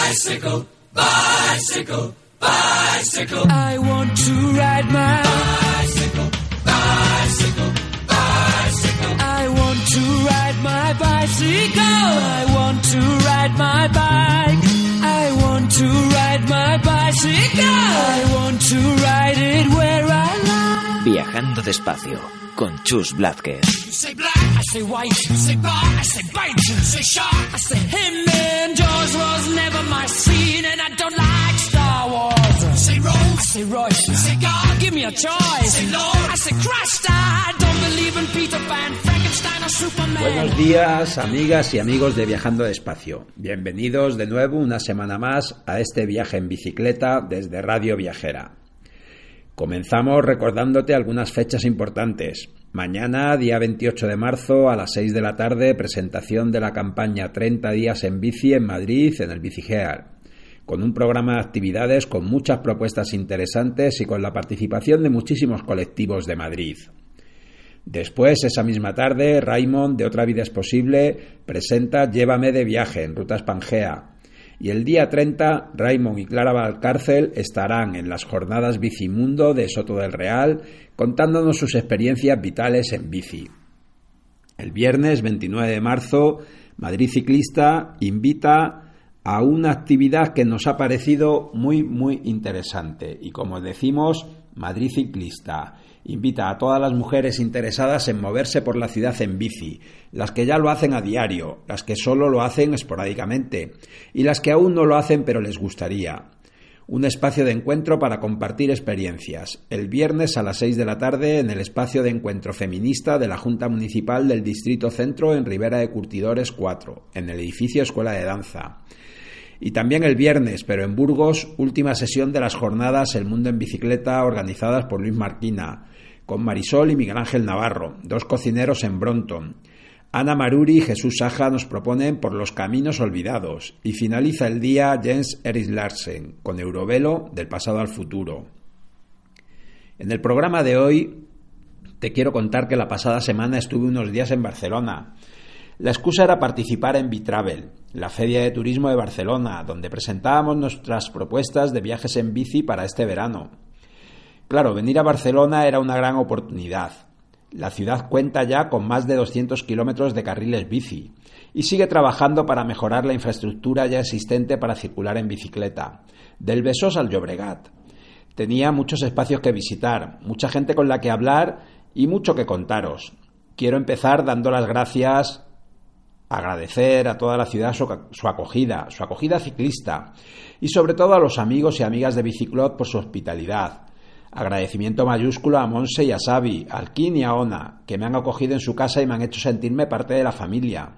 Bicycle, bicycle, bicycle. I want to ride my bicycle, bicycle, bicycle. I want to ride my bicycle. I want to ride my bike. I want to ride my bicycle. I want to ride it where I like. Viajando despacio con Chus Blázquez. You say black, I say white. You say bar, I say bite. You say shark, I say him. And Jaws was never my scene, and I don't like Star Wars. You say Rose, I say Royce. You say God, give me a choice. Say Lord, I say Christ. I don't believe in Peter Pan, Frankenstein or Superman. Buenos días, amigas y amigos de Viajando Despacio. Bienvenidos de nuevo una semana más a este viaje en bicicleta desde Radio Viajera. Comenzamos recordándote algunas fechas importantes. Mañana, día 28 de marzo, a las 6 de la tarde, presentación de la campaña 30 días en bici en Madrid, en el Bicigear, con un programa de actividades con muchas propuestas interesantes y con la participación de muchísimos colectivos de Madrid. Después, esa misma tarde, Raymond, de Otra Vida es Posible, presenta Llévame de viaje en Rutas Pangea. Y el día 30, Raymond y Clara Valcárcel estarán en las jornadas Bicimundo de Soto del Real, contándonos sus experiencias vitales en bici. El viernes 29 de marzo, Madrid Ciclista invita a una actividad que nos ha parecido muy interesante. Y como decimos, Madrid Ciclista invita a todas las mujeres interesadas en moverse por la ciudad en bici, las que ya lo hacen a diario, las que solo lo hacen esporádicamente y las que aún no lo hacen pero les gustaría. Un espacio de encuentro para compartir experiencias, el viernes a las 6 de la tarde en el espacio de encuentro feminista de la Junta Municipal del Distrito Centro en Ribera de Curtidores 4, en el edificio Escuela de Danza. Y también el viernes, pero en Burgos, última sesión de las jornadas El Mundo en Bicicleta organizadas por Luis Marquina, con Marisol y Miguel Ángel Navarro, dos cocineros en Brompton. Ana Maruri y Jesús Saja nos proponen Por los caminos olvidados y finaliza el día Jens Erik Larsen con Eurovelo del pasado al futuro. En el programa de hoy te quiero contar que la pasada semana estuve unos días en Barcelona. La excusa era participar en Bitravel, la feria de turismo de Barcelona, donde presentábamos nuestras propuestas de viajes en bici para este verano. Claro, venir a Barcelona era una gran oportunidad. La ciudad cuenta ya con más de 200 kilómetros de carriles bici y sigue trabajando para mejorar la infraestructura ya existente para circular en bicicleta, del Besós al Llobregat. Tenía muchos espacios que visitar, mucha gente con la que hablar y mucho que contaros. Quiero empezar dando las gracias, agradecer a toda la ciudad su acogida ciclista y sobre todo a los amigos y amigas de Biciclot por su hospitalidad. Agradecimiento mayúsculo a Monse y a Xavi, a Alquín y a Ona, que me han acogido en su casa y me han hecho sentirme parte de la familia.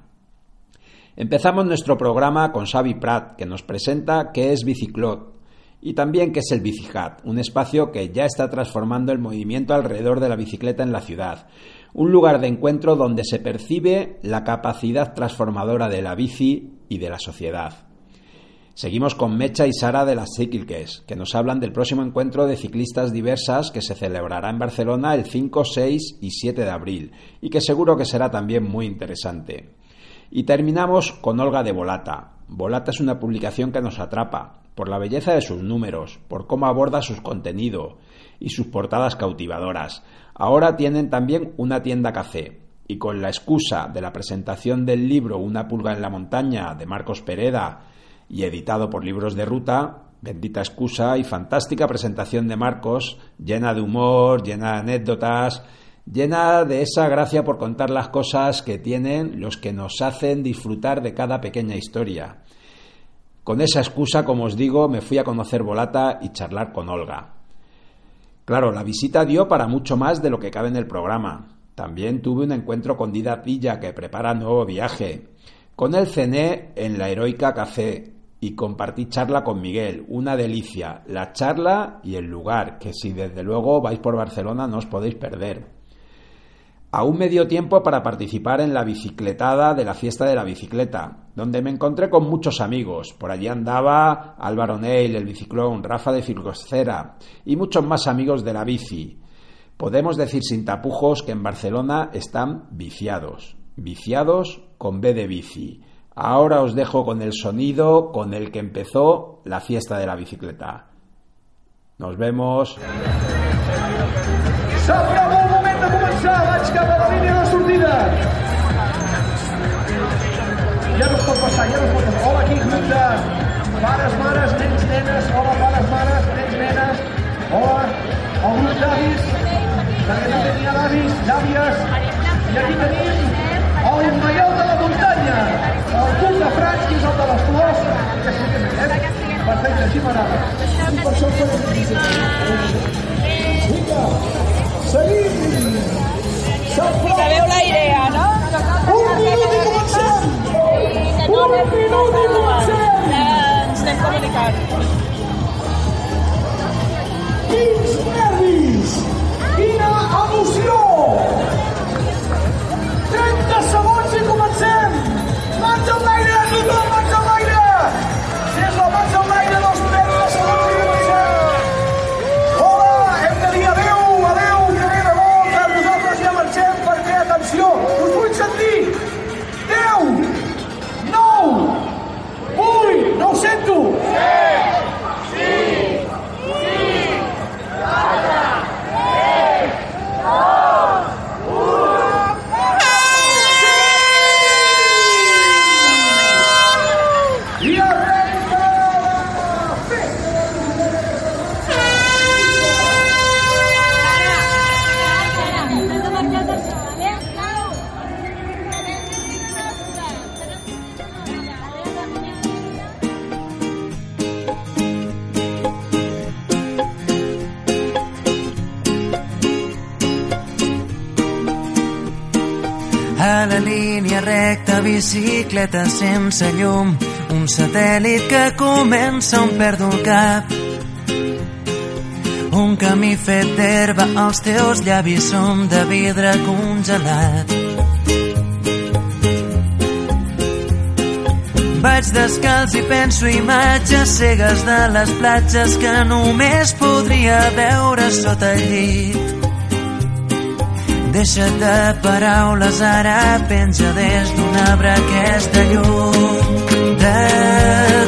Empezamos nuestro programa con Xavi Prat, que nos presenta qué es Biciclot y también qué es el Bicihat, un espacio que ya está transformando el movimiento alrededor de la bicicleta en la ciudad. Un lugar de encuentro donde se percibe la capacidad transformadora de la bici y de la sociedad. Seguimos con Mecha y Sara de las Cícliques, que nos hablan del próximo encuentro de ciclistas diversas que se celebrará en Barcelona el 5, 6 y 7 de abril y que seguro que será también muy interesante. Y terminamos con Olga de Volata. Volata es una publicación que nos atrapa por la belleza de sus números, por cómo aborda sus contenidos y sus portadas cautivadoras. Ahora tienen también una tienda café y con la excusa de la presentación del libro Una pulga en la montaña de Marcos Pereda y editado por Libros de Ruta, bendita excusa y fantástica presentación de Marcos, llena de humor, llena de anécdotas, llena de esa gracia por contar las cosas que tienen los que nos hacen disfrutar de cada pequeña historia. Con esa excusa, como os digo, me fui a conocer Volata y charlar con Olga. Claro, la visita dio para mucho más de lo que cabe en el programa. También tuve un encuentro con Dida Pilla, que prepara nuevo viaje. Con él cené en la Heroica Café y compartí charla con Miguel, una delicia, la charla y el lugar, que si desde luego vais por Barcelona no os podéis perder. Aún me dio tiempo para participar en la bicicletada de la Fiesta de la Bicicleta, donde me encontré con muchos amigos. Por allí andaba Álvaro Neil, el biciclón, Rafa de Filoscera y muchos más amigos de la bici. Podemos decir sin tapujos que en Barcelona están viciados con B de bici. Ahora os dejo con el sonido con el que empezó la fiesta de la bicicleta. Nos vemos. S'acaba el moment de començar, vaig cap a la línia de sortida. Ja no es pot passar, ja no es pot passar. Hola, aquí, grup de pares, mares, nens, nenes. Hola, pares, mares, nens, nenes. Hola, el grup d'avis, perquè també n'hi ha d'avis, d'àvies. I aquí tenim el maiol de la muntanya, el Duc de Franç, que és el de les flors. Que sí, perfecte, així m'agrada. I per això vinga, seguim! Sabeu la idea, no? Un minut i comencem! Un minut i comencem! Ens anem comunicant. Quins nervis! Quina emoció! 30 segons i comencem! Mans en l'aire, tothom mans en l'aire! Si és la mans en l'aire dels 30 segons i comencem! Hola, hem de dir adeu, adeu, que ve de bo, que nosaltres ja marxem perquè, atenció, us vull sentir! 10, 9, 8, no ho sento! A la línia recta, bicicleta sense llum, un satèl·lit que comença on perdo el cap. Un camí fet d'herba, els teus llavis són de vidre congelat. Vaig descalç i penso imatges cegues de les platges que només podria veure sota el llit. Deixa't de paraules, ara penja des d'un arbre aquesta llum de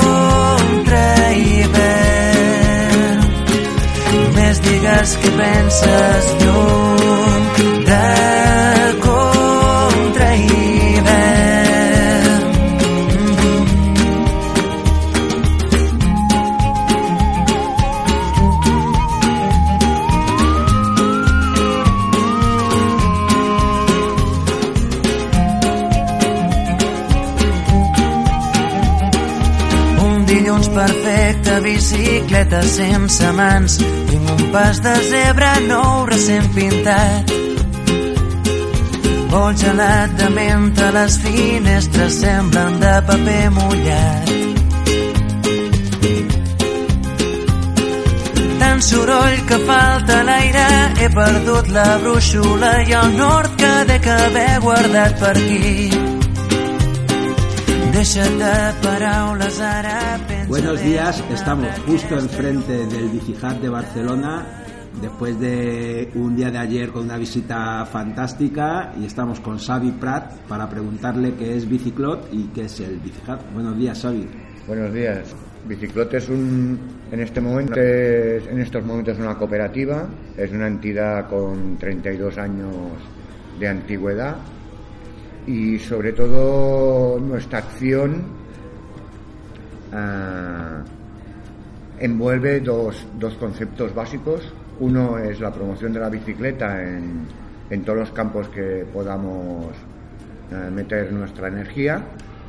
contrahivern. Només digues què penses, llum de contrahivern. Perfecte, bicicleta sense mans, tinc un pas de zebra nou recent pintat. Vol gelat de menta, les finestres semblen de paper mullat. Tant soroll que falta l'aire, he perdut la brúixola i el nord que dec haver guardat per aquí. Deixa't de paraules, ara pensa. Buenos días, estamos justo enfrente del Bicihub de Barcelona, después de un día de ayer con una visita fantástica, y estamos con Xavi Prat para preguntarle qué es Biciclot y qué es el Bicihub. Buenos días, Xavi. Buenos días. Biciclot es en estos momentos una cooperativa, es una entidad con 32 años de antigüedad y sobre todo nuestra acción envuelve dos conceptos básicos. Uno es la promoción de la bicicleta en todos los campos que podamos meter nuestra energía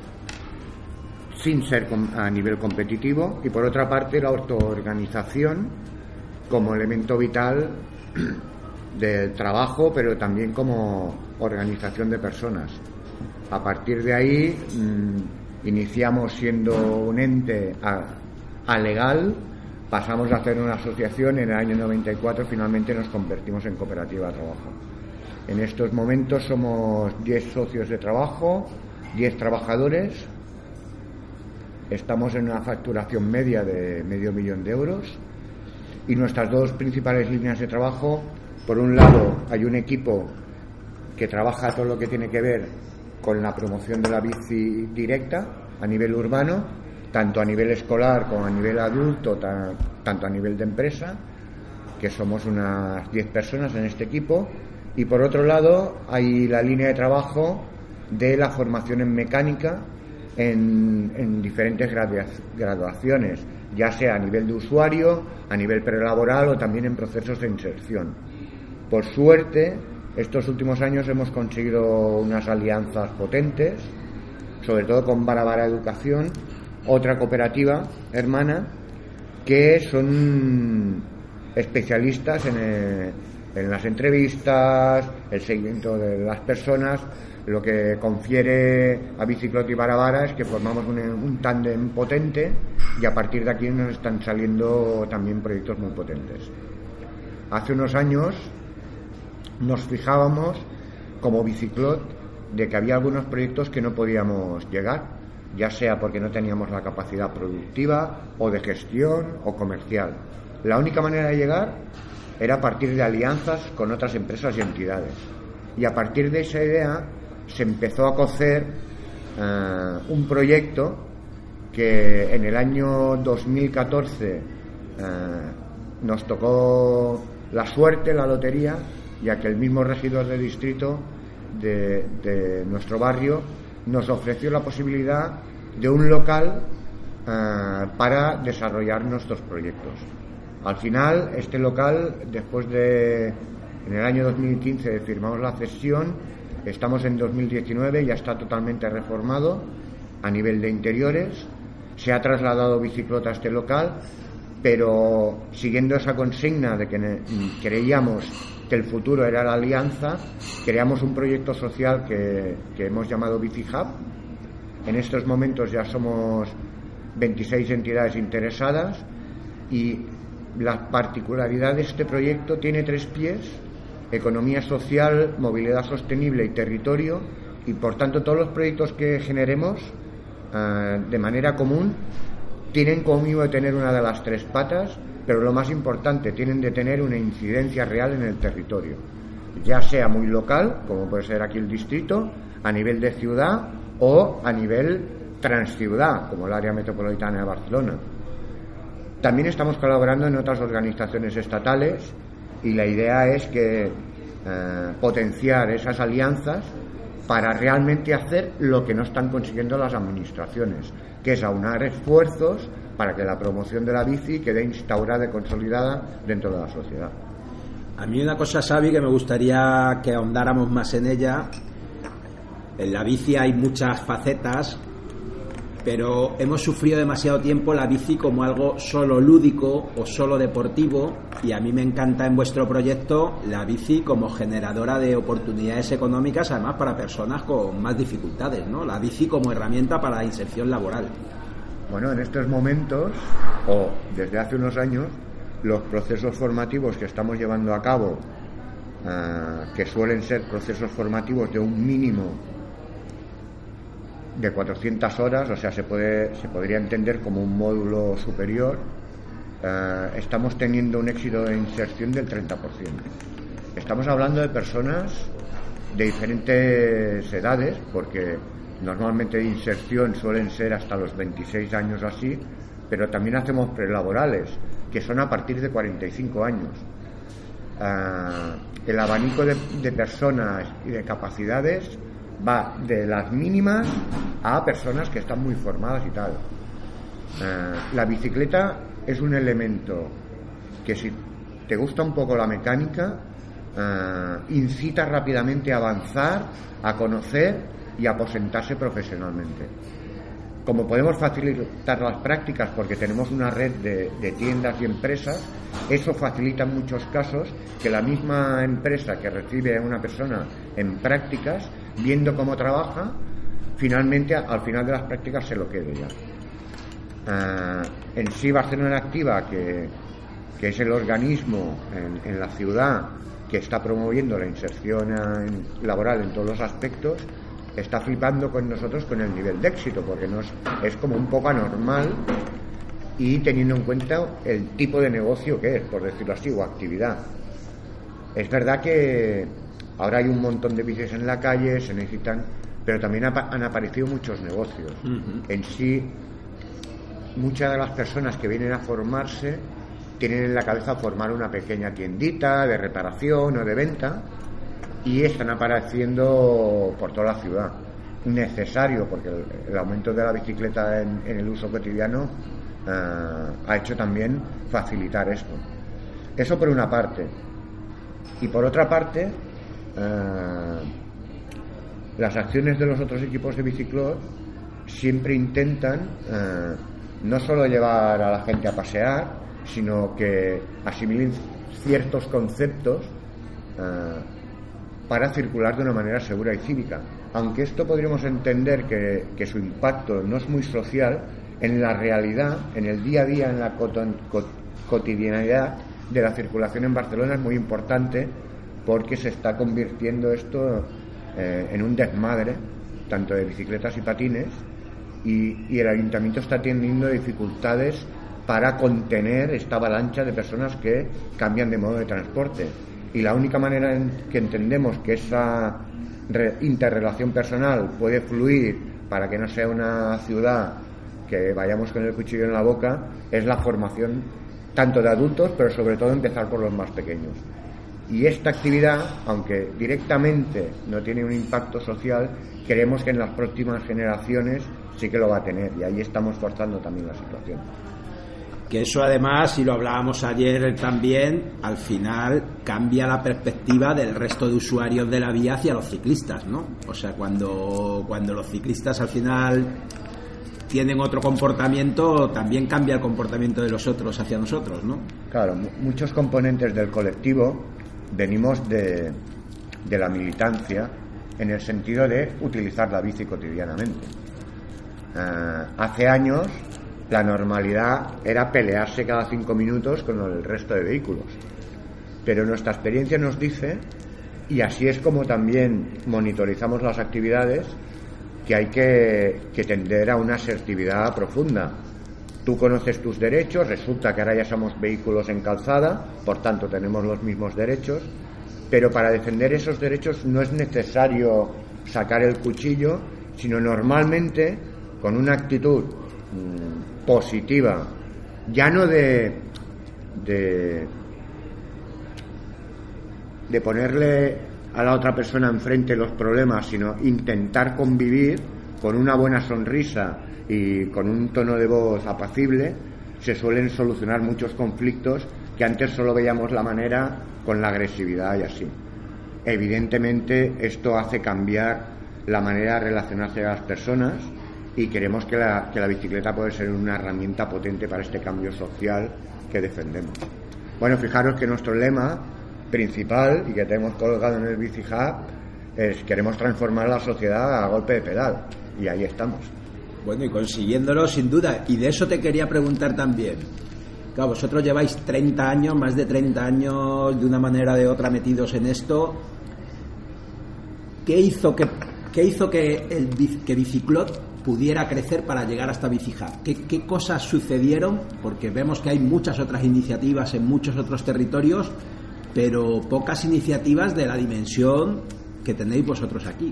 sin ser a nivel competitivo, y por otra parte la autoorganización como elemento vital del trabajo, pero también como organización de personas. A partir de ahí iniciamos siendo un ente alegal, pasamos a hacer una asociación, en el año 94 finalmente nos convertimos en cooperativa de trabajo. En estos momentos somos 10 socios de trabajo, 10 trabajadores, estamos en una facturación media de $500,000 de euros, y nuestras dos principales líneas de trabajo: por un lado hay un equipo que trabaja todo lo que tiene que ver con la promoción de la bici directa a nivel urbano, tanto a nivel escolar como a nivel adulto, tanto a nivel de empresa, que somos unas 10 personas en este equipo. Y por otro lado hay la línea de trabajo de la formación en mecánica en diferentes graduaciones, ya sea a nivel de usuario, a nivel prelaboral o también en procesos de inserción. Por suerte, estos últimos años hemos conseguido unas alianzas potentes, sobre todo con Barabara Educación, otra cooperativa hermana, que son especialistas en las entrevistas, el seguimiento de las personas. Lo que confiere a Biciclot y Barabara es que formamos un tándem potente, y a partir de aquí nos están saliendo también proyectos muy potentes. Hace unos años nos fijábamos como Biciclot de que había algunos proyectos que no podíamos llegar, ya sea porque no teníamos la capacidad productiva o de gestión o comercial. La única manera de llegar era a partir de alianzas con otras empresas y entidades, y a partir de esa idea se empezó a cocer un proyecto que en el año 2014 nos tocó la suerte, la lotería, ya que el mismo regidor de distrito de nuestro barrio nos ofreció la posibilidad de un local para desarrollar nuestros proyectos. Al final, este local, en el año 2015 firmamos la cesión. Estamos en 2019, ya está totalmente reformado a nivel de interiores. Se ha trasladado Biciclot a este local, pero siguiendo esa consigna de que creíamos que el futuro era la alianza, creamos un proyecto social que hemos llamado BiciHub. En estos momentos ya somos 26 entidades interesadas, y la particularidad de este proyecto tiene 3 pies: economía social, movilidad sostenible y territorio, y por tanto todos los proyectos que generemos de manera común tienen como mínimo de tener una de las 3 patas, pero lo más importante, tienen de tener una incidencia real en el territorio, ya sea muy local, como puede ser aquí el distrito, a nivel de ciudad o a nivel transciudad, como el área metropolitana de Barcelona. También estamos colaborando en otras organizaciones estatales, y la idea es que potenciar esas alianzas para realmente hacer lo que no están consiguiendo las administraciones, que es aunar esfuerzos para que la promoción de la bici quede instaurada y consolidada dentro de la sociedad. A mí una cosa, Xavi, que me gustaría que ahondáramos más en ella. En la bici hay muchas facetas, pero hemos sufrido demasiado tiempo la bici como algo solo lúdico o solo deportivo, y a mí me encanta en vuestro proyecto la bici como generadora de oportunidades económicas, además para personas con más dificultades, ¿no? La bici como herramienta para la inserción laboral. Bueno, en estos momentos, o desde hace unos años, los procesos formativos que estamos llevando a cabo, que suelen ser procesos formativos de un mínimo de 400 horas, o sea, se podría entender como un módulo superior, estamos teniendo un éxito de inserción del 30%. Estamos hablando de personas de diferentes edades, porque normalmente de inserción suelen ser hasta los 26 años o así, pero también hacemos prelaborales, que son a partir de 45 años. El abanico de personas y de capacidades va de las mínimas a personas que están muy formadas y tal. La bicicleta es un elemento que, si te gusta un poco la mecánica, incita rápidamente a avanzar, a conocer y a aposentarse profesionalmente. Como podemos facilitar las prácticas porque tenemos una red de tiendas y empresas, eso facilita en muchos casos que la misma empresa que recibe a una persona en prácticas, viendo cómo trabaja, finalmente al final de las prácticas se lo quede ya. En sí, Barcelona Activa, que es el organismo en la ciudad que está promoviendo la inserción laboral en todos los aspectos, está flipando con nosotros con el nivel de éxito, porque es como un poco anormal, y teniendo en cuenta el tipo de negocio que es, por decirlo así, o actividad. Es verdad que ahora hay un montón de bicis en la calle, se necesitan pero también han aparecido muchos negocios. En sí, muchas de las personas que vienen a formarse tienen en la cabeza formar una pequeña tiendita de reparación o de venta, y están apareciendo por toda la ciudad. Necesario, porque el aumento de la bicicleta en el uso cotidiano ha hecho también facilitar esto. Eso por una parte. Y por otra parte, las acciones de los otros equipos de biciclub siempre intentan no solo llevar a la gente a pasear, sino que asimilen ciertos conceptos para circular de una manera segura y cívica. Aunque esto podríamos entender que su impacto no es muy social, en la realidad, en el día a día, en la cotidianidad de la circulación en Barcelona es muy importante, porque se está convirtiendo esto en un desmadre, tanto de bicicletas y patines, y el ayuntamiento está teniendo dificultades para contener esta avalancha de personas que cambian de modo de transporte. Y la única manera en que entendemos que esa interrelación personal puede fluir para que no sea una ciudad que vayamos con el cuchillo en la boca es la formación tanto de adultos, pero sobre todo empezar por los más pequeños. Y esta actividad, aunque directamente no tiene un impacto social, creemos que en las próximas generaciones sí que lo va a tener, y ahí estamos forzando también la situación. Que eso además, y lo hablábamos ayer también, al final cambia la perspectiva del resto de usuarios de la vía hacia los ciclistas, ¿no? O sea, cuando los ciclistas al final tienen otro comportamiento, también cambia el comportamiento de los otros hacia nosotros, ¿no? Claro, muchos componentes del colectivo venimos de la militancia en el sentido de utilizar la bici cotidianamente. Hace años la normalidad era pelearse cada 5 minutos con el resto de vehículos, pero nuestra experiencia nos dice, y así es como también monitorizamos las actividades, que hay que tender a una asertividad profunda. Tú conoces tus derechos, resulta que ahora ya somos vehículos en calzada, por tanto tenemos los mismos derechos, pero para defender esos derechos no es necesario sacar el cuchillo, sino normalmente con una actitud positiva, ya no de ponerle a la otra persona enfrente los problemas, sino intentar convivir con una buena sonrisa y con un tono de voz apacible. Se suelen solucionar muchos conflictos que antes solo veíamos la manera con la agresividad y así. Evidentemente esto hace cambiar la manera de relacionarse a las personas, y queremos que la bicicleta puede ser una herramienta potente para este cambio social que defendemos. Bueno, fijaros que nuestro lema principal, y que tenemos colgado en el Bici Hub, es: queremos transformar la sociedad a golpe de pedal, y ahí estamos. Bueno, y consiguiéndolo sin duda, y de eso te quería preguntar también. Claro, vosotros lleváis 30 años, más de 30 años de una manera o de otra metidos en esto. ¿Qué hizo que Biciclub pudiera crecer para llegar hasta Bici Hub? ¿Qué cosas sucedieron? Porque vemos que hay muchas otras iniciativas en muchos otros territorios, pero pocas iniciativas de la dimensión que tenéis vosotros aquí.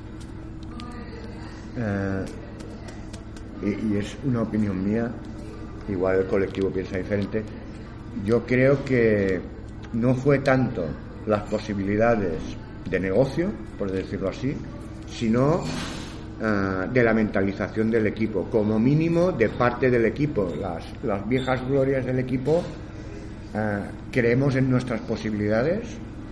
Y es una opinión mía, igual el colectivo piensa diferente. Yo creo que no fue tanto las posibilidades de negocio, por decirlo así, sino de la mentalización del equipo, como mínimo de parte del equipo. Las viejas glorias del equipo, creemos en nuestras posibilidades.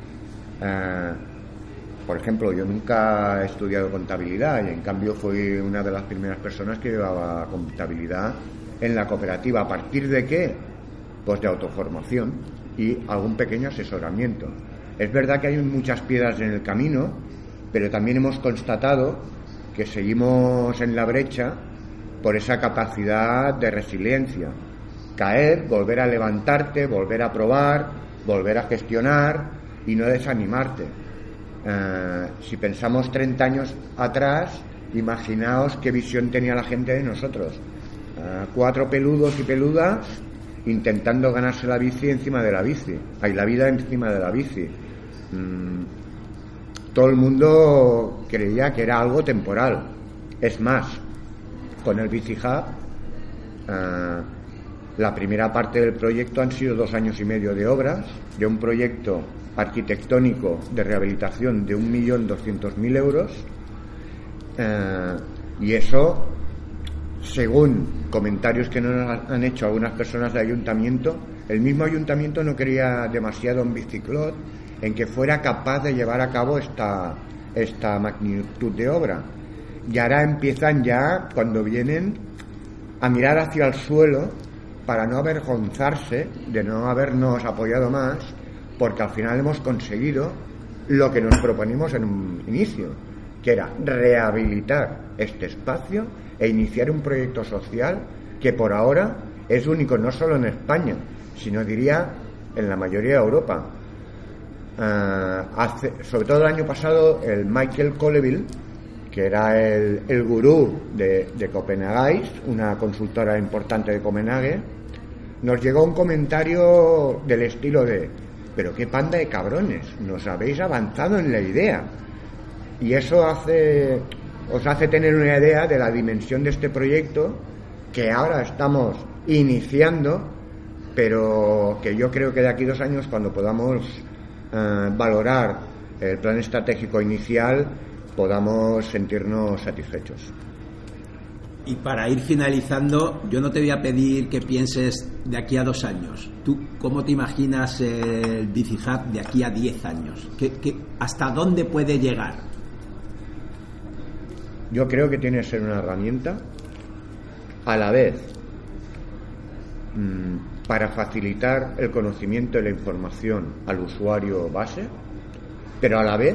Por ejemplo, yo nunca he estudiado contabilidad, y en cambio fui una de las primeras personas que llevaba contabilidad en la cooperativa. ¿A partir de qué? Pues de autoformación y algún pequeño asesoramiento. Es verdad que hay muchas piedras en el camino, pero también hemos constatado que seguimos en la brecha por esa capacidad de resiliencia. Caer, volver a levantarte, volver a probar, volver a gestionar y no desanimarte. Si pensamos 30 años atrás, imaginaos qué visión tenía la gente de nosotros. 4 peludos y peludas intentando ganarse la bici encima de la bici. La vida encima de la bici. todo el mundo creía que era algo temporal. Es más, con el Bici Hub, la primera parte del proyecto han sido 2 años y medio de obras, de un proyecto arquitectónico de rehabilitación de 1.200.000 euros, y eso, según comentarios que nos han hecho algunas personas del ayuntamiento, el mismo ayuntamiento no creía demasiado en Biciclot, en que fuera capaz de llevar a cabo esta magnitud de obra. Y ahora empiezan ya, cuando vienen, a mirar hacia el suelo para no avergonzarse de no habernos apoyado más, porque al final hemos conseguido lo que nos proponimos en un inicio, que era rehabilitar este espacio e iniciar un proyecto social que por ahora es único no solo en España, sino diría en la mayoría de Europa. Sobre todo el año pasado, el Michael Colleville, que era el gurú de Copenhague, una consultora importante de Copenhague, nos llegó un comentario del estilo de: pero qué panda de cabrones, nos habéis avanzado en la idea. Y eso os hace tener una idea de la dimensión de este proyecto, que ahora estamos iniciando, pero que yo creo que de aquí 2 años, cuando podamos valorar el plan estratégico inicial, podamos sentirnos satisfechos. Y para ir finalizando, yo no te voy a pedir que pienses de aquí a 2 años. ¿Tú cómo te imaginas el Bici Hub de aquí a 10 años? ¿Hasta dónde puede llegar? Yo creo que tiene que ser una herramienta, a la vez, para facilitar el conocimiento y la información al usuario base, pero a la vez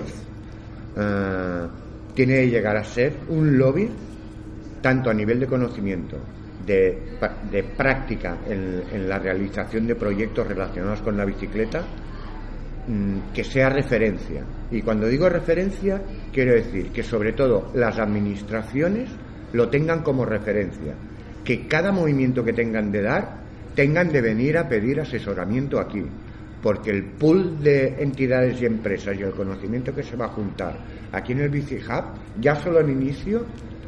tiene que llegar a ser un lobby, tanto a nivel de conocimiento, de práctica en la realización de proyectos relacionados con la bicicleta, que sea referencia. Y cuando digo referencia, quiero decir que sobre todo las administraciones lo tengan como referencia, que cada movimiento que tengan de dar, tengan de venir a pedir asesoramiento aquí, porque el pool de entidades y empresas y el conocimiento que se va a juntar aquí en el Bici Hub, ya solo en inicio,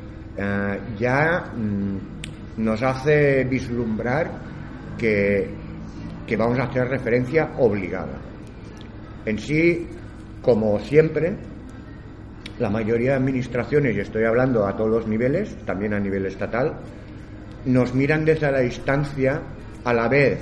nos hace vislumbrar que vamos a hacer referencia obligada. En sí, como siempre, la mayoría de administraciones, y estoy hablando a todos los niveles, también a nivel estatal, nos miran desde la distancia, a la vez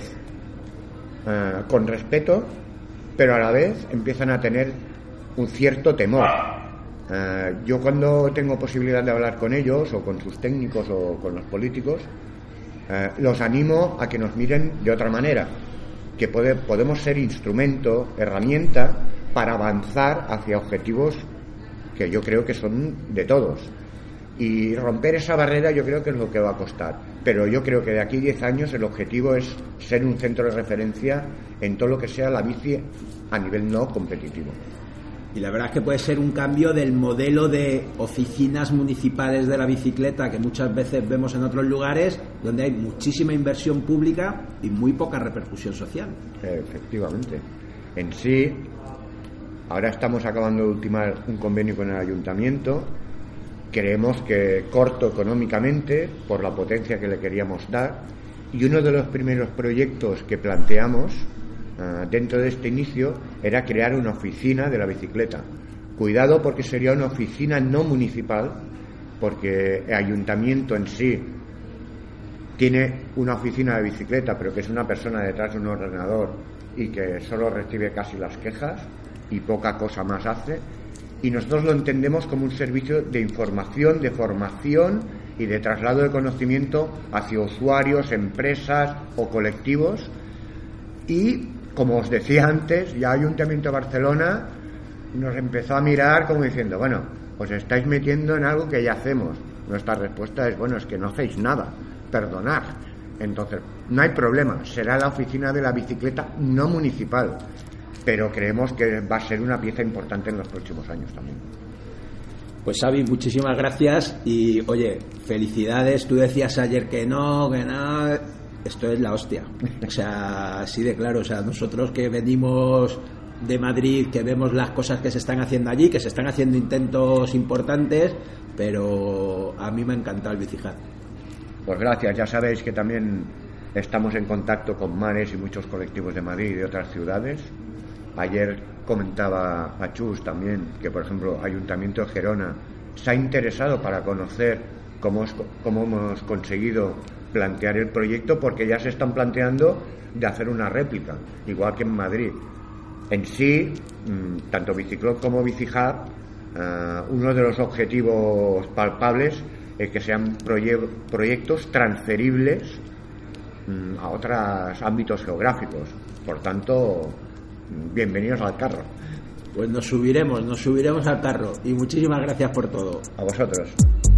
con respeto, pero a la vez empiezan a tener un cierto temor. Yo, cuando tengo posibilidad de hablar con ellos, o con sus técnicos, o con los políticos, los animo a que nos miren de otra manera, que podemos ser instrumento, herramienta para avanzar hacia objetivos que yo creo que son de todos. Y romper esa barrera yo creo que es lo que va a costar. Pero yo creo que de aquí a 10 años el objetivo es ser un centro de referencia en todo lo que sea la bici a nivel no competitivo. Y la verdad es que puede ser un cambio del modelo de oficinas municipales de la bicicleta que muchas veces vemos en otros lugares, donde hay muchísima inversión pública y muy poca repercusión social. Efectivamente. En sí, ahora estamos acabando de ultimar un convenio con el ayuntamiento. Creemos que corto económicamente, por la potencia que le queríamos dar, y uno de los primeros proyectos que planteamos dentro de este inicio era crear una oficina de la bicicleta. Cuidado, porque sería una oficina no municipal, porque el ayuntamiento en sí tiene una oficina de bicicleta, pero que es una persona detrás de un ordenador y que solo recibe casi las quejas y poca cosa más hace. Y nosotros lo entendemos como un servicio de información, de formación y de traslado de conocimiento hacia usuarios, empresas o colectivos. Y, como os decía antes, ya el Ayuntamiento de Barcelona nos empezó a mirar como diciendo: bueno, os estáis metiendo en algo que ya hacemos. Nuestra respuesta es: bueno, es que no hacéis nada, perdonad. Entonces, no hay problema, será la oficina de la bicicleta no municipal, pero creemos que va a ser una pieza importante en los próximos años también. Pues Xavi, muchísimas gracias y, oye, felicidades. Tú decías ayer que no, esto es la hostia. O sea, así de claro. O sea, nosotros que venimos de Madrid, que vemos las cosas que se están haciendo allí, que se están haciendo intentos importantes, pero a mí me ha encantado el Bicihub. Pues gracias, ya sabéis que también estamos en contacto con Mares y muchos colectivos de Madrid y de otras ciudades. Ayer comentaba a Chus también que, por ejemplo, Ayuntamiento de Gerona se ha interesado para conocer cómo hemos conseguido plantear el proyecto, porque ya se están planteando de hacer una réplica, igual que en Madrid. En sí, tanto Biciclub como Bicihub, uno de los objetivos palpables es que sean proyectos transferibles a otros ámbitos geográficos. Por tanto, bienvenidos al carro. Pues nos subiremos al carro, y muchísimas gracias por todo. A vosotros.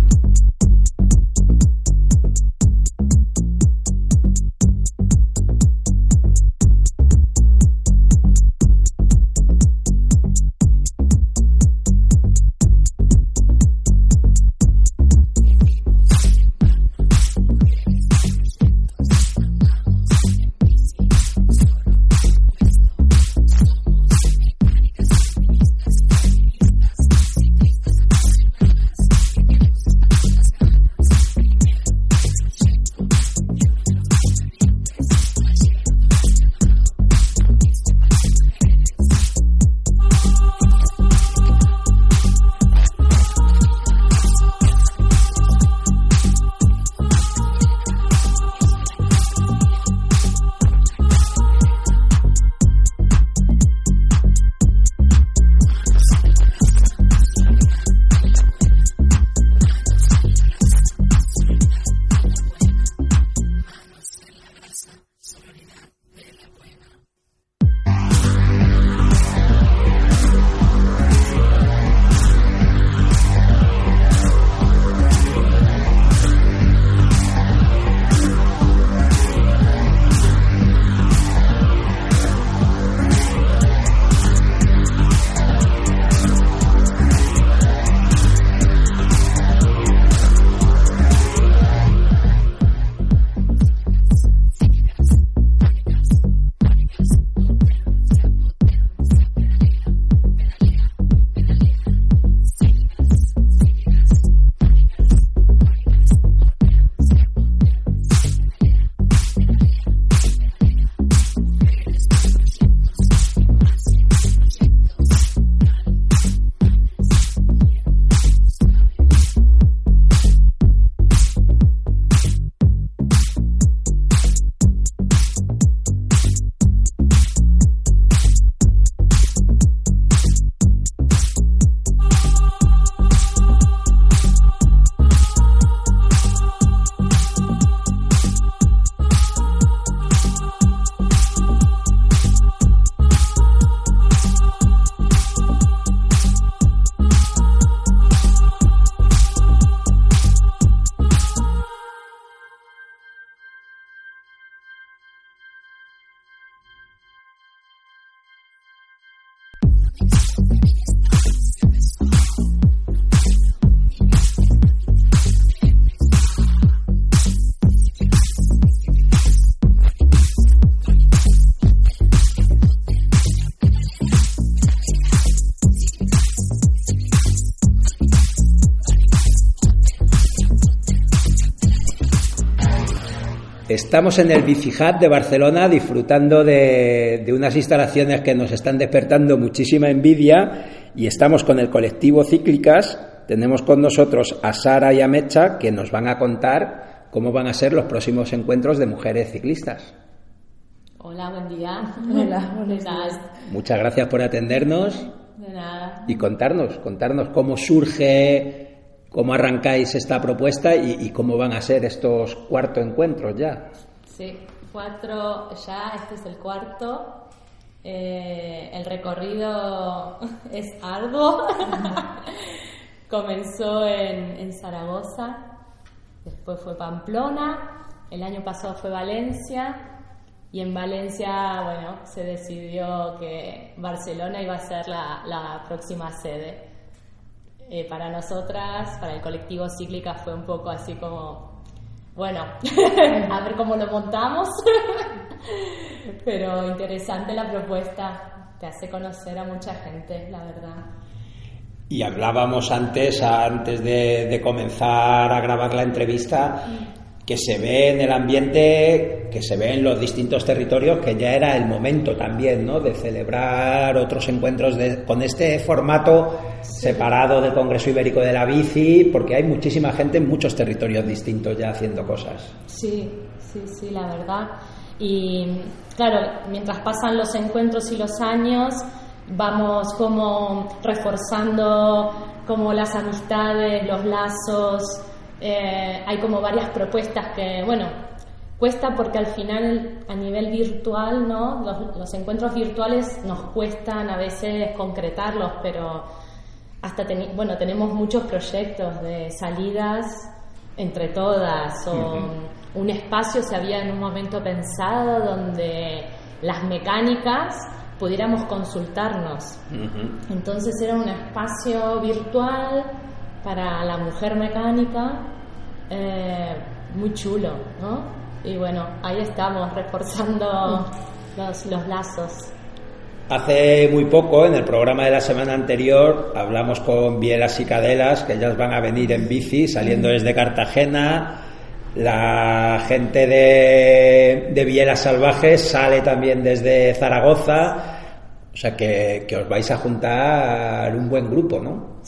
Estamos en el Bicihub de Barcelona disfrutando de unas instalaciones que nos están despertando muchísima envidia, y estamos con el colectivo Cíclicas. Tenemos con nosotros a Sara y a Mecha, que nos van a contar cómo van a ser los próximos encuentros de mujeres ciclistas. Hola, buen día. Hola, buenos días. Muchas gracias por atendernos. De nada. Y contarnos cómo surge, cómo arrancáis esta propuesta y cómo van a ser estos cuartos encuentros ya. Sí, 4 ya, este es el cuarto. El recorrido es arduo. Comenzó en Zaragoza, después fue Pamplona, el año pasado fue Valencia, y en Valencia, bueno, se decidió que Barcelona iba a ser la próxima sede. Para nosotras, para el colectivo Cíclica, fue un poco así como, bueno, a ver cómo lo montamos, pero interesante la propuesta. te hace conocer a mucha gente, la verdad. Y hablábamos antes de comenzar a grabar la entrevista, que se ve en el ambiente, que se ve en los distintos territorios, que ya era el momento también, ¿no?, de celebrar otros encuentros con este formato separado del Congreso Ibérico de la Bici, porque hay muchísima gente en muchos territorios distintos ya haciendo cosas. Sí, la verdad. Y claro, mientras pasan los encuentros y los años, vamos como reforzando como las amistades, los lazos. Hay como varias propuestas que, bueno, cuesta porque al final a nivel virtual, ¿no?, los encuentros virtuales nos cuestan a veces concretarlos, pero hasta tenemos muchos proyectos de salidas entre todas, o un espacio se había en un momento pensado donde las mecánicas pudiéramos consultarnos. Entonces era un espacio virtual para la mujer mecánica, muy chulo, ¿no? Y bueno, ahí estamos reforzando los lazos. Hace muy poco, en el programa de la semana anterior, hablamos con Bielas y Cadelas, que ellas van a venir en bici saliendo desde Cartagena. La gente de Bielas Salvajes sale también desde Zaragoza. O sea que os vais a juntar un buen grupo, ¿no?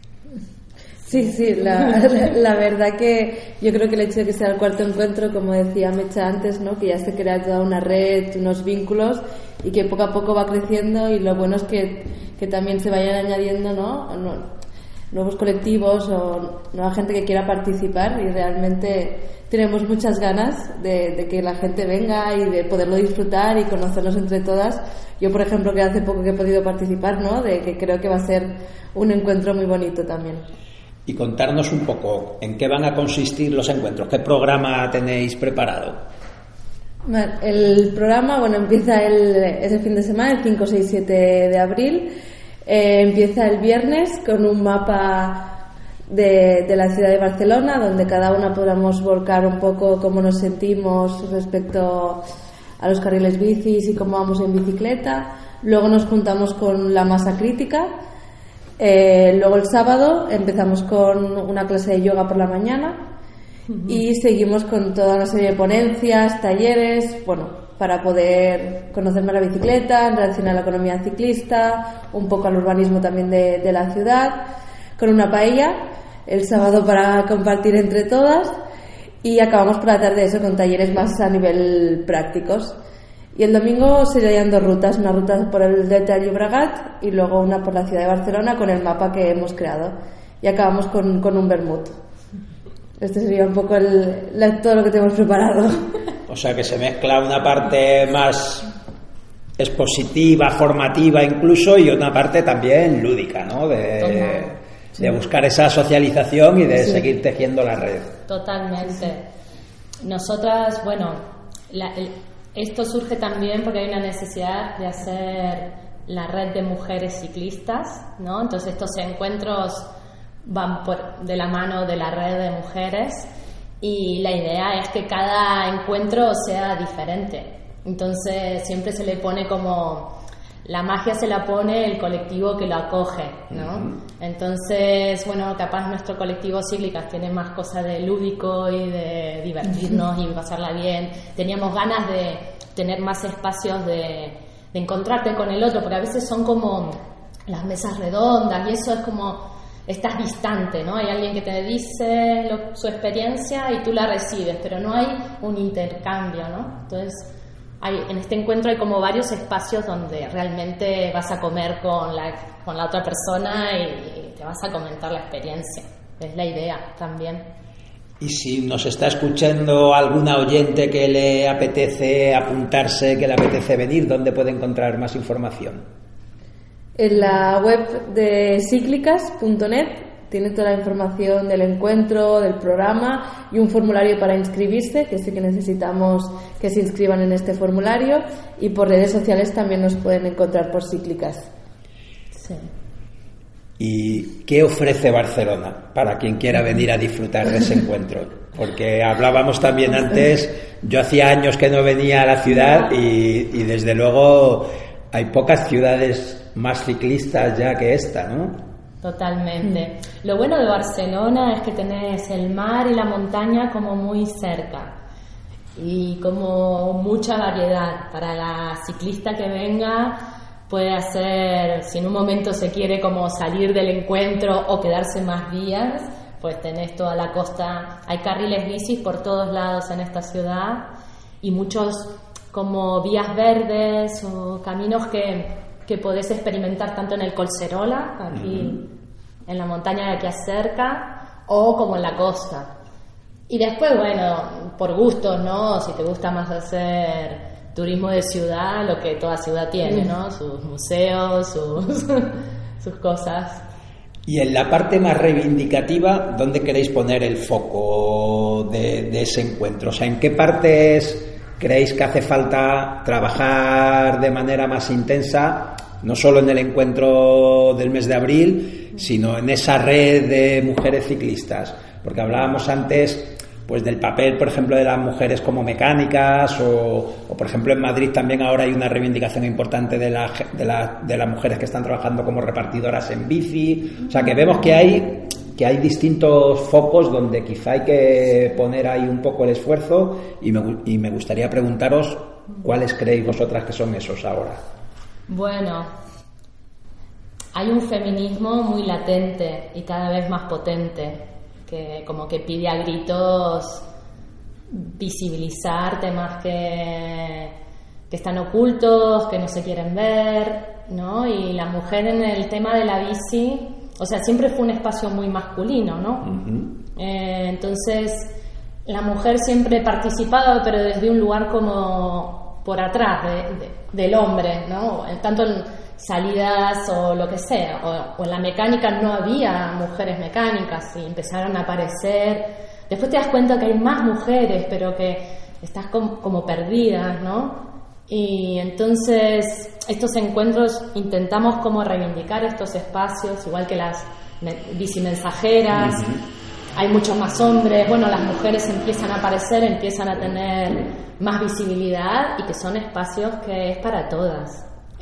Sí, la verdad que yo creo que el hecho de que sea el cuarto encuentro, como decía Mecha antes, ¿no?, que ya se crea toda una red, unos vínculos, y que poco a poco va creciendo, y lo bueno es que también se vayan añadiendo, ¿no?, nuevos colectivos o nueva gente que quiera participar, y realmente tenemos muchas ganas de que la gente venga y de poderlo disfrutar y conocernos entre todas. Yo, por ejemplo, que hace poco que he podido participar, ¿no?, de que creo que va a ser un encuentro muy bonito también. Y contarnos un poco en qué van a consistir los encuentros, qué programa tenéis preparado. El programa, empieza ese fin de semana, el 5, 6, 7 de abril. Empieza el viernes con un mapa de la ciudad de Barcelona, donde cada una podamos volcar un poco cómo nos sentimos respecto a los carriles bicis y cómo vamos en bicicleta. Luego nos juntamos con la masa crítica. Luego el sábado empezamos con una clase de yoga por la mañana y seguimos con toda una serie de ponencias, talleres, para poder conocer más la bicicleta, en relación a la economía ciclista, un poco al urbanismo también de la ciudad, con una paella el sábado para compartir entre todas, y acabamos por la tarde eso con talleres más a nivel prácticos. Y el domingo serían 2 rutas, una ruta por el Delta del Llobregat y luego una por la ciudad de Barcelona con el mapa que hemos creado. Y acabamos con un vermut. Este sería un poco todo lo que tenemos preparado. O sea que se mezcla una parte más expositiva, formativa incluso, y una parte también lúdica, ¿no? De buscar esa socialización y de seguir tejiendo la red. Totalmente. Nosotras, esto surge también porque hay una necesidad de hacer la red de mujeres ciclistas, ¿no? Entonces estos encuentros van de la mano de la red de mujeres, y la idea es que cada encuentro sea diferente. Entonces siempre se le pone como... La magia se la pone el colectivo que lo acoge, ¿no? Entonces, capaz nuestro colectivo Cíclicas tiene más cosas de lúdico y de divertirnos y pasarla bien. Teníamos ganas de tener más espacios de encontrarte con el otro, porque a veces son como las mesas redondas y eso es como... Estás distante, ¿no? Hay alguien que te dice su experiencia y tú la recibes, pero no hay un intercambio, ¿no? Entonces... en este encuentro hay como varios espacios donde realmente vas a comer con la otra persona y te vas a comentar la experiencia. Es la idea también. Y si nos está escuchando alguna oyente que le apetece apuntarse, que le apetece venir, ¿dónde puede encontrar más información? En la web de cíclicas.net tiene toda la información del encuentro, del programa y un formulario para inscribirse, que sí que necesitamos que se inscriban en este formulario, y por redes sociales también nos pueden encontrar por Cíclicas. Sí. ¿Y qué ofrece Barcelona para quien quiera venir a disfrutar de ese encuentro? Porque hablábamos también antes, yo hacía años que no venía a la ciudad y desde luego hay pocas ciudades más ciclistas ya que esta, ¿no? Totalmente. Lo bueno de Barcelona es que tenés el mar y la montaña como muy cerca y como mucha variedad para la ciclista que venga. Puede hacer, si en un momento se quiere como salir del encuentro o quedarse más días, pues tenés toda la costa, hay carriles bicis por todos lados en esta ciudad y muchos como vías verdes o caminos que podés experimentar tanto en el Collserola, aquí en la montaña de aquí cerca, o como en la costa. Y después, bueno, por gustos, ¿no? Si te gusta más hacer turismo de ciudad, lo que toda ciudad tiene, ¿no? Sus museos, sus cosas. Y en la parte más reivindicativa, ¿dónde queréis poner el foco de ese encuentro? O sea, ¿en qué partes creéis que hace falta trabajar de manera más intensa, no solo en el encuentro del mes de abril, sino en esa red de mujeres ciclistas? Porque hablábamos antes pues del papel, por ejemplo, de las mujeres como mecánicas o por ejemplo en Madrid también ahora hay una reivindicación importante de las mujeres que están trabajando como repartidoras en bici. O sea, que vemos que hay distintos focos donde quizá hay que poner ahí un poco el esfuerzo y me gustaría preguntaros cuáles creéis vosotras que son esos ahora. Bueno, hay un feminismo muy latente y cada vez más potente que como que pide a gritos visibilizar temas que están ocultos, que no se quieren ver, ¿no? Y la mujer en el tema de la bici, o sea, siempre fue un espacio muy masculino, ¿no? Entonces, la mujer siempre participaba, pero desde un lugar como por atrás del hombre, ¿no? Tanto en salidas o lo que sea, o en la mecánica no había mujeres mecánicas y empezaron a aparecer. Después te das cuenta que hay más mujeres, pero que estás como perdidas, ¿no? Y entonces estos encuentros intentamos como reivindicar estos espacios, igual que las bicimensajeras. Hay muchos más hombres, bueno, las mujeres empiezan a aparecer, empiezan a tener más visibilidad y que son espacios que es para todas.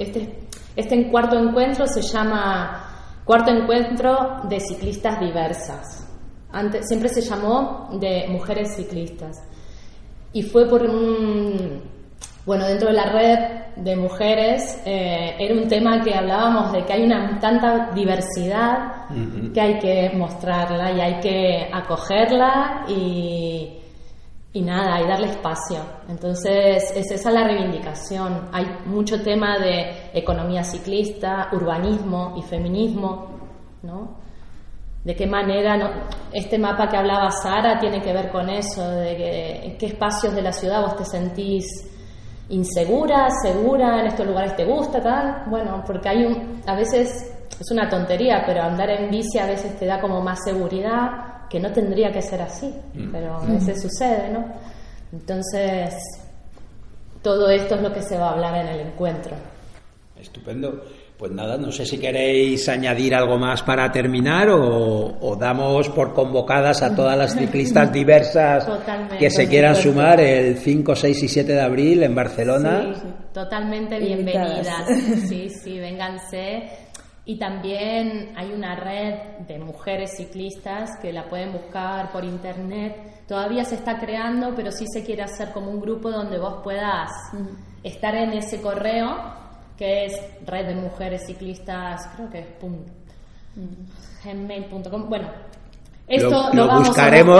Este cuarto encuentro se llama Cuarto Encuentro de Ciclistas Diversas. Antes siempre se llamó de Mujeres Ciclistas. Y fue por dentro de la red de mujeres, era un tema que hablábamos de que hay tanta diversidad que hay que mostrarla y hay que acogerla y darle espacio. Entonces, es esa la reivindicación. Hay mucho tema de economía ciclista, urbanismo y feminismo, ¿no? De qué manera este mapa que hablaba Sara tiene que ver con eso, de en qué espacios de la ciudad vos te sentís insegura, segura, en estos lugares te gusta, tal. Bueno, porque a veces es una tontería, pero andar en bici a veces te da como más seguridad, que no tendría que ser así, pero a veces sucede, ¿no? Entonces, todo esto es lo que se va a hablar en el encuentro. Estupendo. Pues nada, no sé si queréis añadir algo más para terminar o damos por convocadas a todas las ciclistas diversas que se quieran sumar el 5, 6 y 7 de abril en Barcelona. Sí, totalmente bienvenidas. Sí, vénganse. Y también hay una red de mujeres ciclistas que la pueden buscar por internet. Todavía se está creando, pero sí se quiere hacer como un grupo donde vos puedas estar en ese correo, que es Red de Mujeres Ciclistas, creo que es gmail.com. Bueno, esto lo buscaremos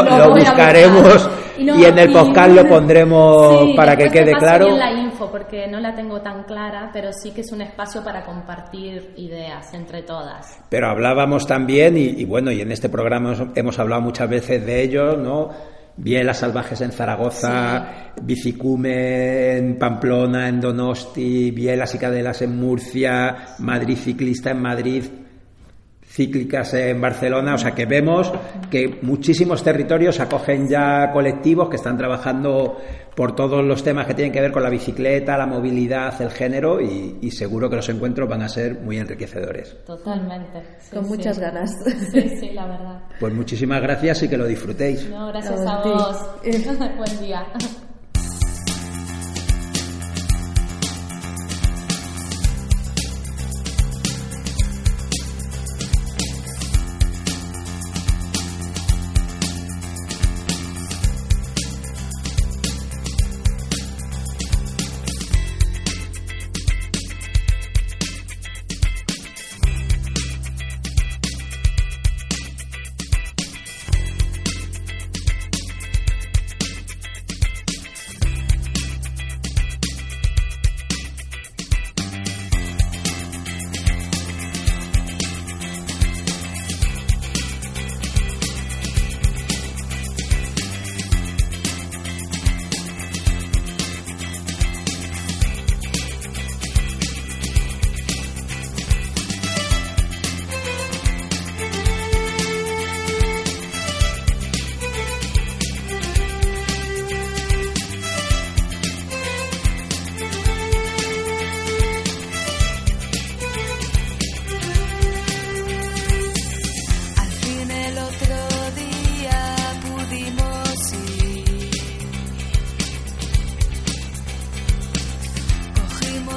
y en el podcast lo pondremos para que quede claro. Bien la info porque no la tengo tan clara, pero sí que es un espacio para compartir ideas entre todas. Pero hablábamos también y en este programa hemos hablado muchas veces de ello, ¿no? Bielas Salvajes en Zaragoza, Bicicume en Pamplona, en Donosti, Bielas y Cadelas en Murcia, Madrid Ciclista en Madrid, Cíclicas en Barcelona. O sea que vemos que muchísimos territorios acogen ya colectivos que están trabajando por todos los temas que tienen que ver con la bicicleta, la movilidad, el género y seguro que los encuentros van a ser muy enriquecedores. Totalmente. Con muchas ganas. Sí, la verdad. Pues muchísimas gracias y que lo disfrutéis. No, gracias a vos. Buen día.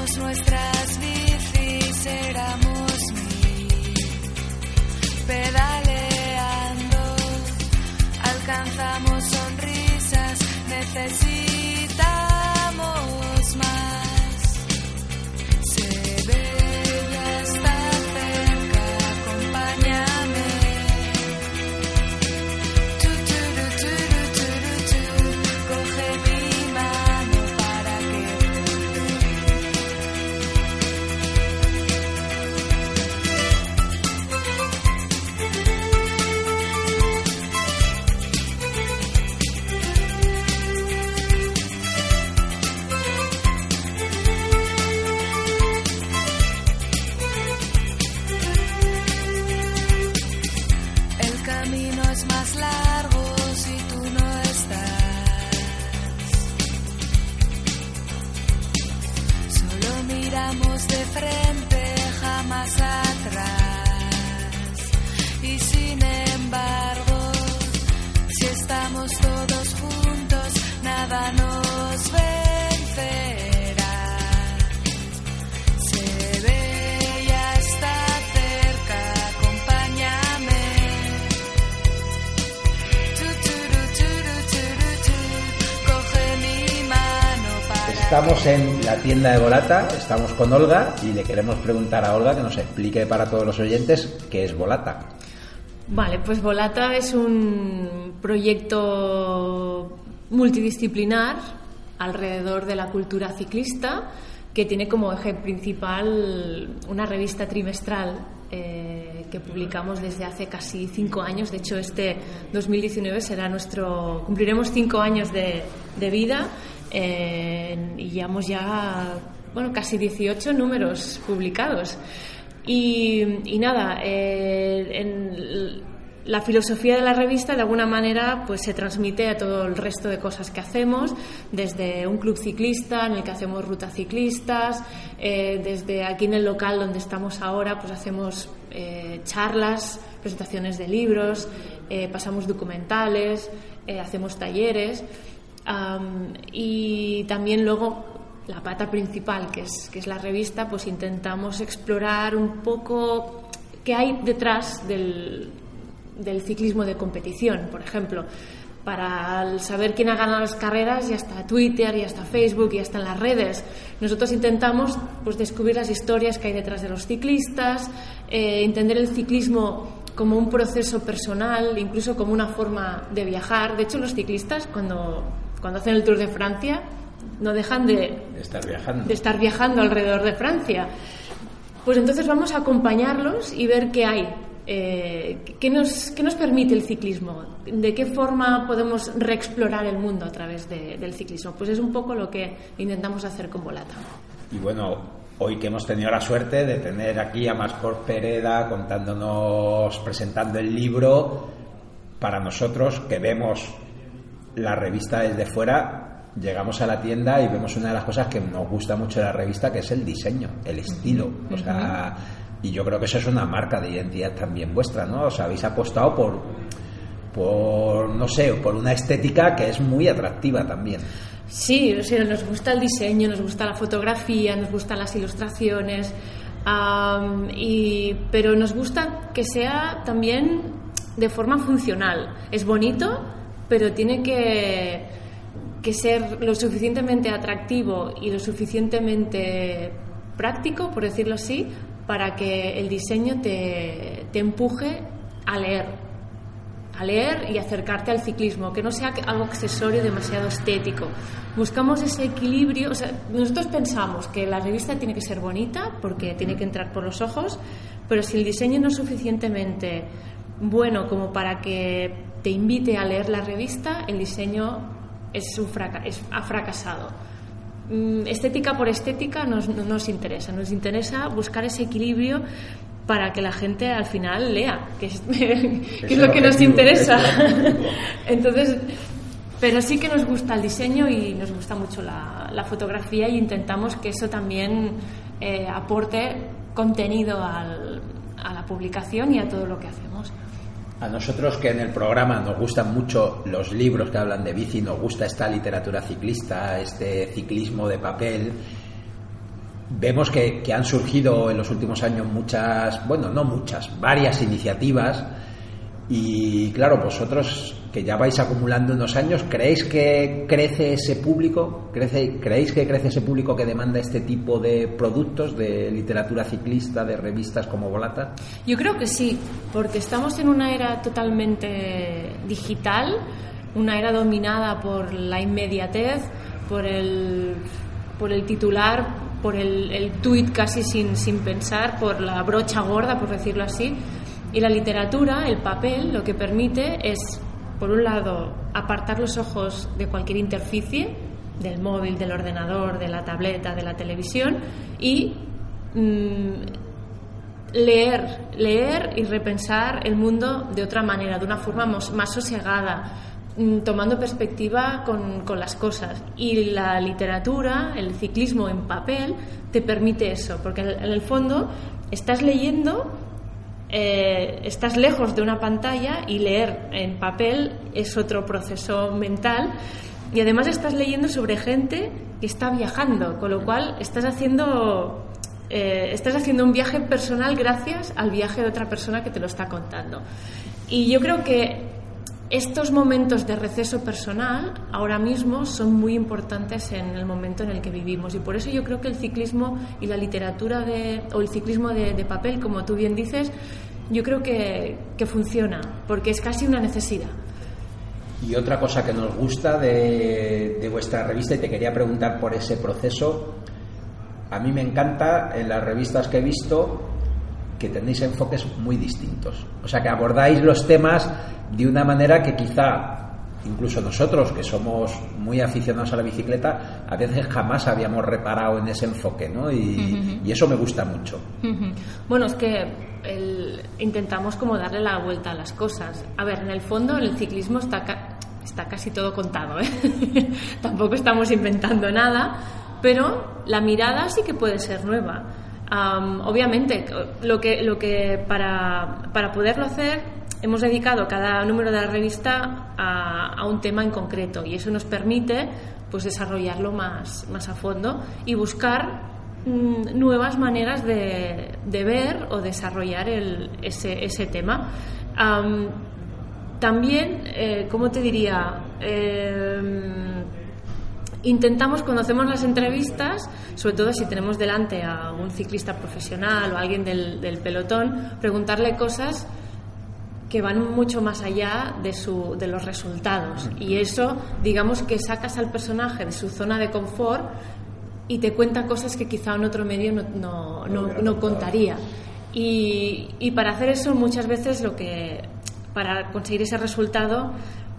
Dejamos nuestras bicis, éramos pedaleando, alcanzamos sonrisas, necesitamos más. Se ve, ya está cerca, acompáñame. Coge mi mano para que el camino es más largo si tú no estás. Solo miramos de frente, jamás atrás. Y sin embargo, si estamos todos juntos, nada nos vencerá. Se ve, ya está cerca, acompáñame. Coge mi mano para... Estamos en la tienda de Volata, estamos con Olga y le queremos preguntar a Olga que nos explique para todos los oyentes qué es Volata. Vale, pues Volata es un proyecto multidisciplinar alrededor de la cultura ciclista que tiene como eje principal una revista trimestral que publicamos desde hace casi 5 años. De hecho, este 2019 será cumpliremos 5 años de vida y llevamos ya casi 18 números publicados. Y nada, la filosofía de la revista de alguna manera pues se transmite a todo el resto de cosas que hacemos, desde un club ciclista en el que hacemos rutas ciclistas, desde aquí en el local donde estamos ahora pues hacemos charlas, presentaciones de libros, pasamos documentales, hacemos talleres y también luego la pata principal que es la revista, pues intentamos explorar un poco qué hay detrás del ciclismo de competición. Por ejemplo, para saber quién ha ganado las carreras ya está Twitter, ya está Facebook, ya están las redes. Nosotros intentamos pues descubrir las historias que hay detrás de los ciclistas, entender el ciclismo como un proceso personal, incluso como una forma de viajar. De hecho, los ciclistas cuando hacen el Tour de Francia no dejan de estar viajando alrededor de Francia. Pues entonces vamos a acompañarlos y ver qué hay, qué nos permite el ciclismo, de qué forma podemos reexplorar el mundo a través del ciclismo. Pues es un poco lo que intentamos hacer con Volata. Y bueno, hoy que hemos tenido la suerte de tener aquí a Marcos Pereda presentando el libro, para nosotros que vemos la revista desde fuera, llegamos a la tienda y vemos una de las cosas que nos gusta mucho de la revista, que es el diseño, el estilo. O sea, y yo creo que eso es una marca de identidad también vuestra, ¿no? O sea, habéis apostado por una estética que es muy atractiva también. Sí, o sea, nos gusta el diseño, nos gusta la fotografía, nos gustan las ilustraciones, pero nos gusta que sea también de forma funcional. Es bonito, pero tiene que ser lo suficientemente atractivo y lo suficientemente práctico, por decirlo así, para que el diseño te empuje a leer y acercarte al ciclismo, que no sea algo accesorio demasiado estético. Buscamos ese equilibrio. O sea, nosotros pensamos que la revista tiene que ser bonita porque tiene que entrar por los ojos, pero si el diseño no es suficientemente bueno como para que te invite a leer la revista, el diseño ha fracasado. Estética por estética no nos interesa. Nos interesa buscar ese equilibrio para que la gente al final lea, que es lo que nos interesa. Entonces, pero sí que nos gusta el diseño y nos gusta mucho la fotografía, y intentamos que eso también aporte contenido a la publicación y a todo lo que hacemos. A nosotros, que en el programa nos gustan mucho los libros que hablan de bici, nos gusta esta literatura ciclista, este ciclismo de papel, vemos que han surgido en los últimos años varias iniciativas. Y claro, vosotros que ya vais acumulando unos años, ¿creéis que crece ese público? ¿Creéis que crece ese público que demanda este tipo de productos, de literatura ciclista, de revistas como Volata? Yo creo que sí, porque estamos en una era totalmente digital, una era dominada por la inmediatez, por el titular, por el tuit casi sin pensar, por la brocha gorda, por decirlo así. Y la literatura, el papel, lo que permite es, por un lado, apartar los ojos de cualquier interficie, del móvil, del ordenador, de la tableta, de la televisión, y leer y repensar el mundo de otra manera, de una forma más sosegada, tomando perspectiva con las cosas. Y la literatura, el ciclismo en papel, te permite eso, porque en el fondo estás leyendo, estás lejos de una pantalla, y leer en papel es otro proceso mental, y además estás leyendo sobre gente que está viajando, con lo cual estás haciendo un viaje personal gracias al viaje de otra persona que te lo está contando. Y yo creo que estos momentos de receso personal ahora mismo son muy importantes en el momento en el que vivimos, y por eso yo creo que el ciclismo y la literatura o el ciclismo de papel, como tú bien dices, yo creo que funciona, porque es casi una necesidad. Y otra cosa que nos gusta de vuestra revista, y te quería preguntar por ese proceso, a mí me encanta en las revistas que he visto que tenéis enfoques muy distintos, o sea, que abordáis los temas de una manera que quizá incluso nosotros, que somos muy aficionados a la bicicleta, a veces jamás habíamos reparado en ese enfoque, ¿no? Y eso me gusta mucho. Bueno, es que intentamos como darle la vuelta a las cosas. A ver, en el fondo, en el ciclismo está casi todo contado, ¿eh? Tampoco estamos inventando nada, pero la mirada sí que puede ser nueva. Obviamente, lo que para poderlo hacer, hemos dedicado cada número de la revista a un tema en concreto, y eso nos permite pues desarrollarlo más a fondo y buscar nuevas maneras de ver o desarrollar ese tema. También, ¿cómo te diría? Intentamos, cuando hacemos las entrevistas, sobre todo si tenemos delante a un ciclista profesional o a alguien del pelotón, preguntarle cosas que van mucho más allá de los resultados, y eso, digamos, que sacas al personaje de su zona de confort y te cuenta cosas que quizá en otro medio no contaría. Y para hacer eso, muchas veces para conseguir ese resultado,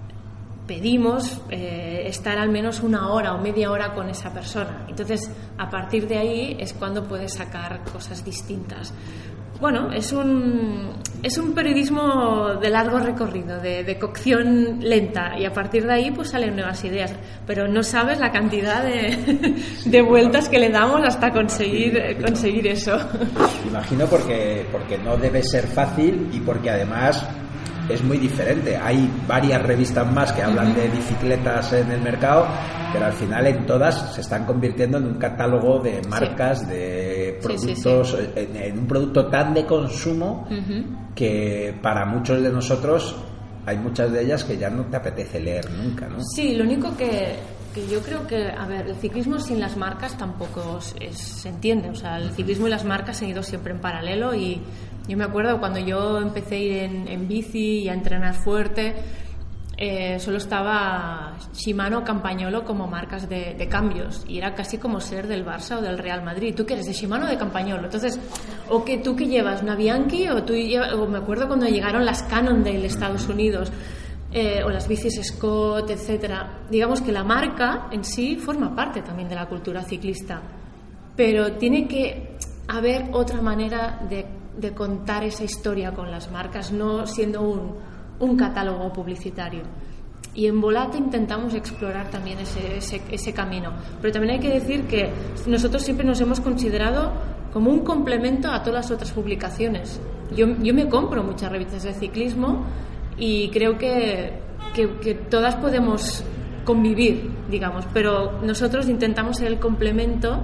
pedimos estar al menos una hora o media hora con esa persona. Entonces, a partir de ahí es cuando puedes sacar cosas distintas. Bueno, es un periodismo de largo recorrido, de cocción lenta, y a partir de ahí pues salen nuevas ideas, pero no sabes la cantidad de vueltas que le damos hasta conseguir eso. Imagino porque no debe ser fácil, y porque además es muy diferente. Hay varias revistas más que hablan de bicicletas en el mercado, pero al final en todas se están convirtiendo en un catálogo de marcas, de productos, en un producto tan de consumo que para muchos de nosotros hay muchas de ellas que ya no te apetece leer nunca, ¿no? Sí, lo único que yo creo que, a ver, el ciclismo sin las marcas tampoco se entiende. O sea, el ciclismo y las marcas han ido siempre en paralelo, y yo me acuerdo cuando yo empecé a ir en bici y a entrenar fuerte, solo estaba Shimano, Campagnolo como marcas de cambios, y era casi como ser del Barça o del Real Madrid. ¿Tú qué eres, de Shimano o de Campagnolo? Entonces, o que tú que llevas una Bianchi, o me acuerdo cuando llegaron las Cannondale de Estados Unidos, o las bicis Scott, etcétera. Digamos que la marca en sí forma parte también de la cultura ciclista, pero tiene que haber otra manera de contar esa historia con las marcas, no siendo un catálogo publicitario. Y en Volata intentamos explorar también ese camino, pero también hay que decir que nosotros siempre nos hemos considerado como un complemento a todas las otras publicaciones. Yo me compro muchas revistas de ciclismo, y creo que todas podemos convivir, digamos, pero nosotros intentamos ser el complemento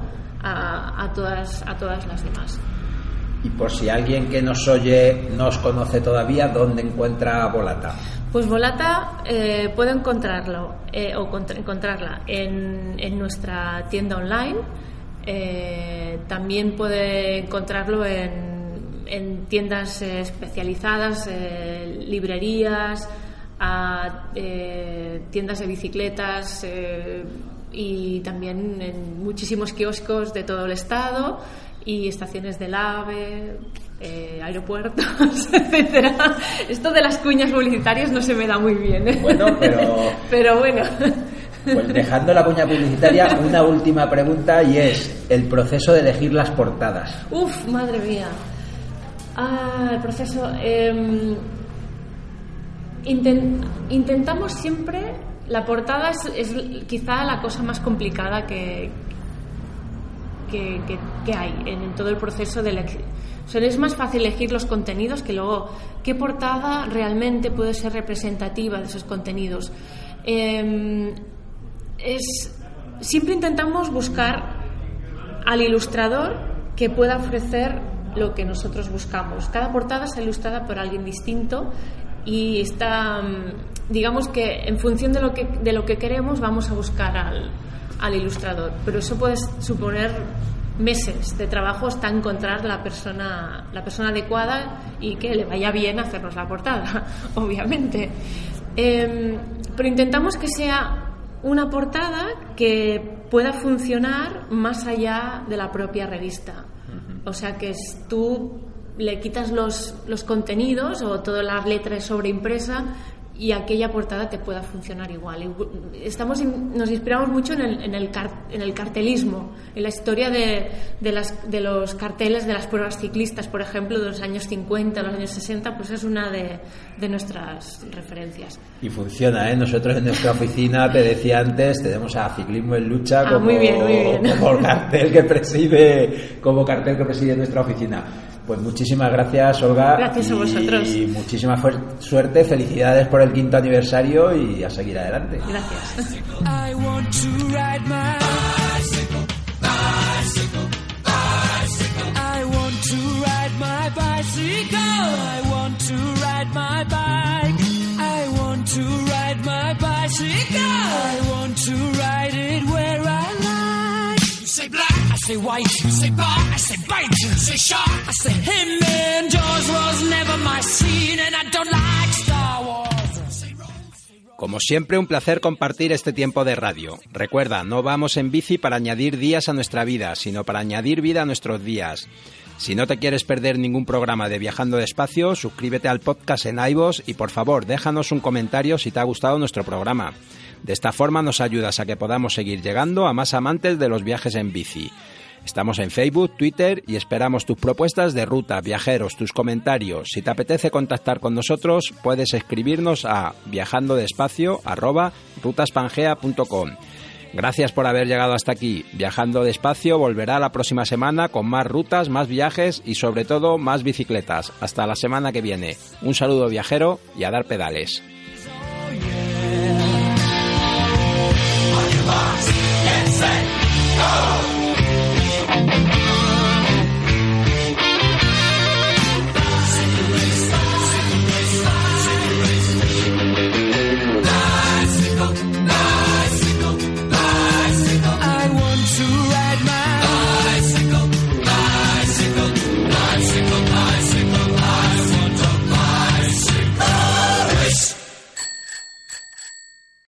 a todas las demás. Y por si alguien que nos oye no os conoce todavía, ¿dónde encuentra Volata? Pues Volata puede encontrarla en nuestra tienda online. También puede encontrarlo en tiendas especializadas, librerías, tiendas de bicicletas y también en muchísimos kioscos de todo el estado y estaciones del AVE, aeropuertos, etcétera. Esto de las cuñas publicitarias no se me da muy bien, ¿eh? Bueno, pero bueno. Pues dejando la cuña publicitaria, una última pregunta, y es el proceso de elegir las portadas. Uf, madre mía. El proceso. Intentamos siempre. La portada es quizá la cosa más complicada que hay en todo el proceso de elección. O sea, es más fácil elegir los contenidos que luego qué portada realmente puede ser representativa de esos contenidos. Siempre intentamos buscar al ilustrador que pueda ofrecer lo que nosotros buscamos. Cada portada está ilustrada por alguien distinto y está, digamos que en función de lo que queremos vamos a buscar al ilustrador, pero eso puede suponer meses de trabajo hasta encontrar la persona adecuada y que le vaya bien hacernos la portada, obviamente. Pero intentamos que sea una portada que pueda funcionar más allá de la propia revista. O sea, que tú le quitas los contenidos o todas las letras sobreimpresa y aquella portada te pueda funcionar igual. Nos inspiramos mucho en el cartelismo, en la historia de los carteles de las pruebas ciclistas, por ejemplo, de los años 50, los años 60, pues es una de nuestras referencias. Y funciona, ¿eh? Nosotros en nuestra oficina, te decía antes, tenemos a Ciclismo en Lucha como, muy bien. como cartel que preside nuestra oficina. Pues muchísimas gracias, Olga. Gracias a vosotros. Y muchísima suerte, felicidades por el 5º aniversario y a seguir adelante. Gracias. I want to ride my bicycle, bicycle, bicycle. I want to ride my bicycle. I want to ride my bike. I want to ride my bicycle. I want to ride it where I like. You say black, I say white. You say bar, I say bite. You say shark, I say him. And Jaws was never my scene, and I don't like Star Wars. Como siempre, un placer compartir este tiempo de radio. Recuerda, no vamos en bici para añadir días a nuestra vida, sino para añadir vida a nuestros días. Si no te quieres perder ningún programa de Viajando Despacio, suscríbete al podcast en iVoox y por favor, déjanos un comentario si te ha gustado nuestro programa. De esta forma nos ayudas a que podamos seguir llegando a más amantes de los viajes en bici. Estamos en Facebook, Twitter y esperamos tus propuestas de ruta, viajeros, tus comentarios. Si te apetece contactar con nosotros, puedes escribirnos a viajandodespacio@rutaspangea.com. Gracias por haber llegado hasta aquí. Viajando Despacio volverá la próxima semana con más rutas, más viajes y sobre todo más bicicletas. Hasta la semana que viene. Un saludo viajero y a dar pedales.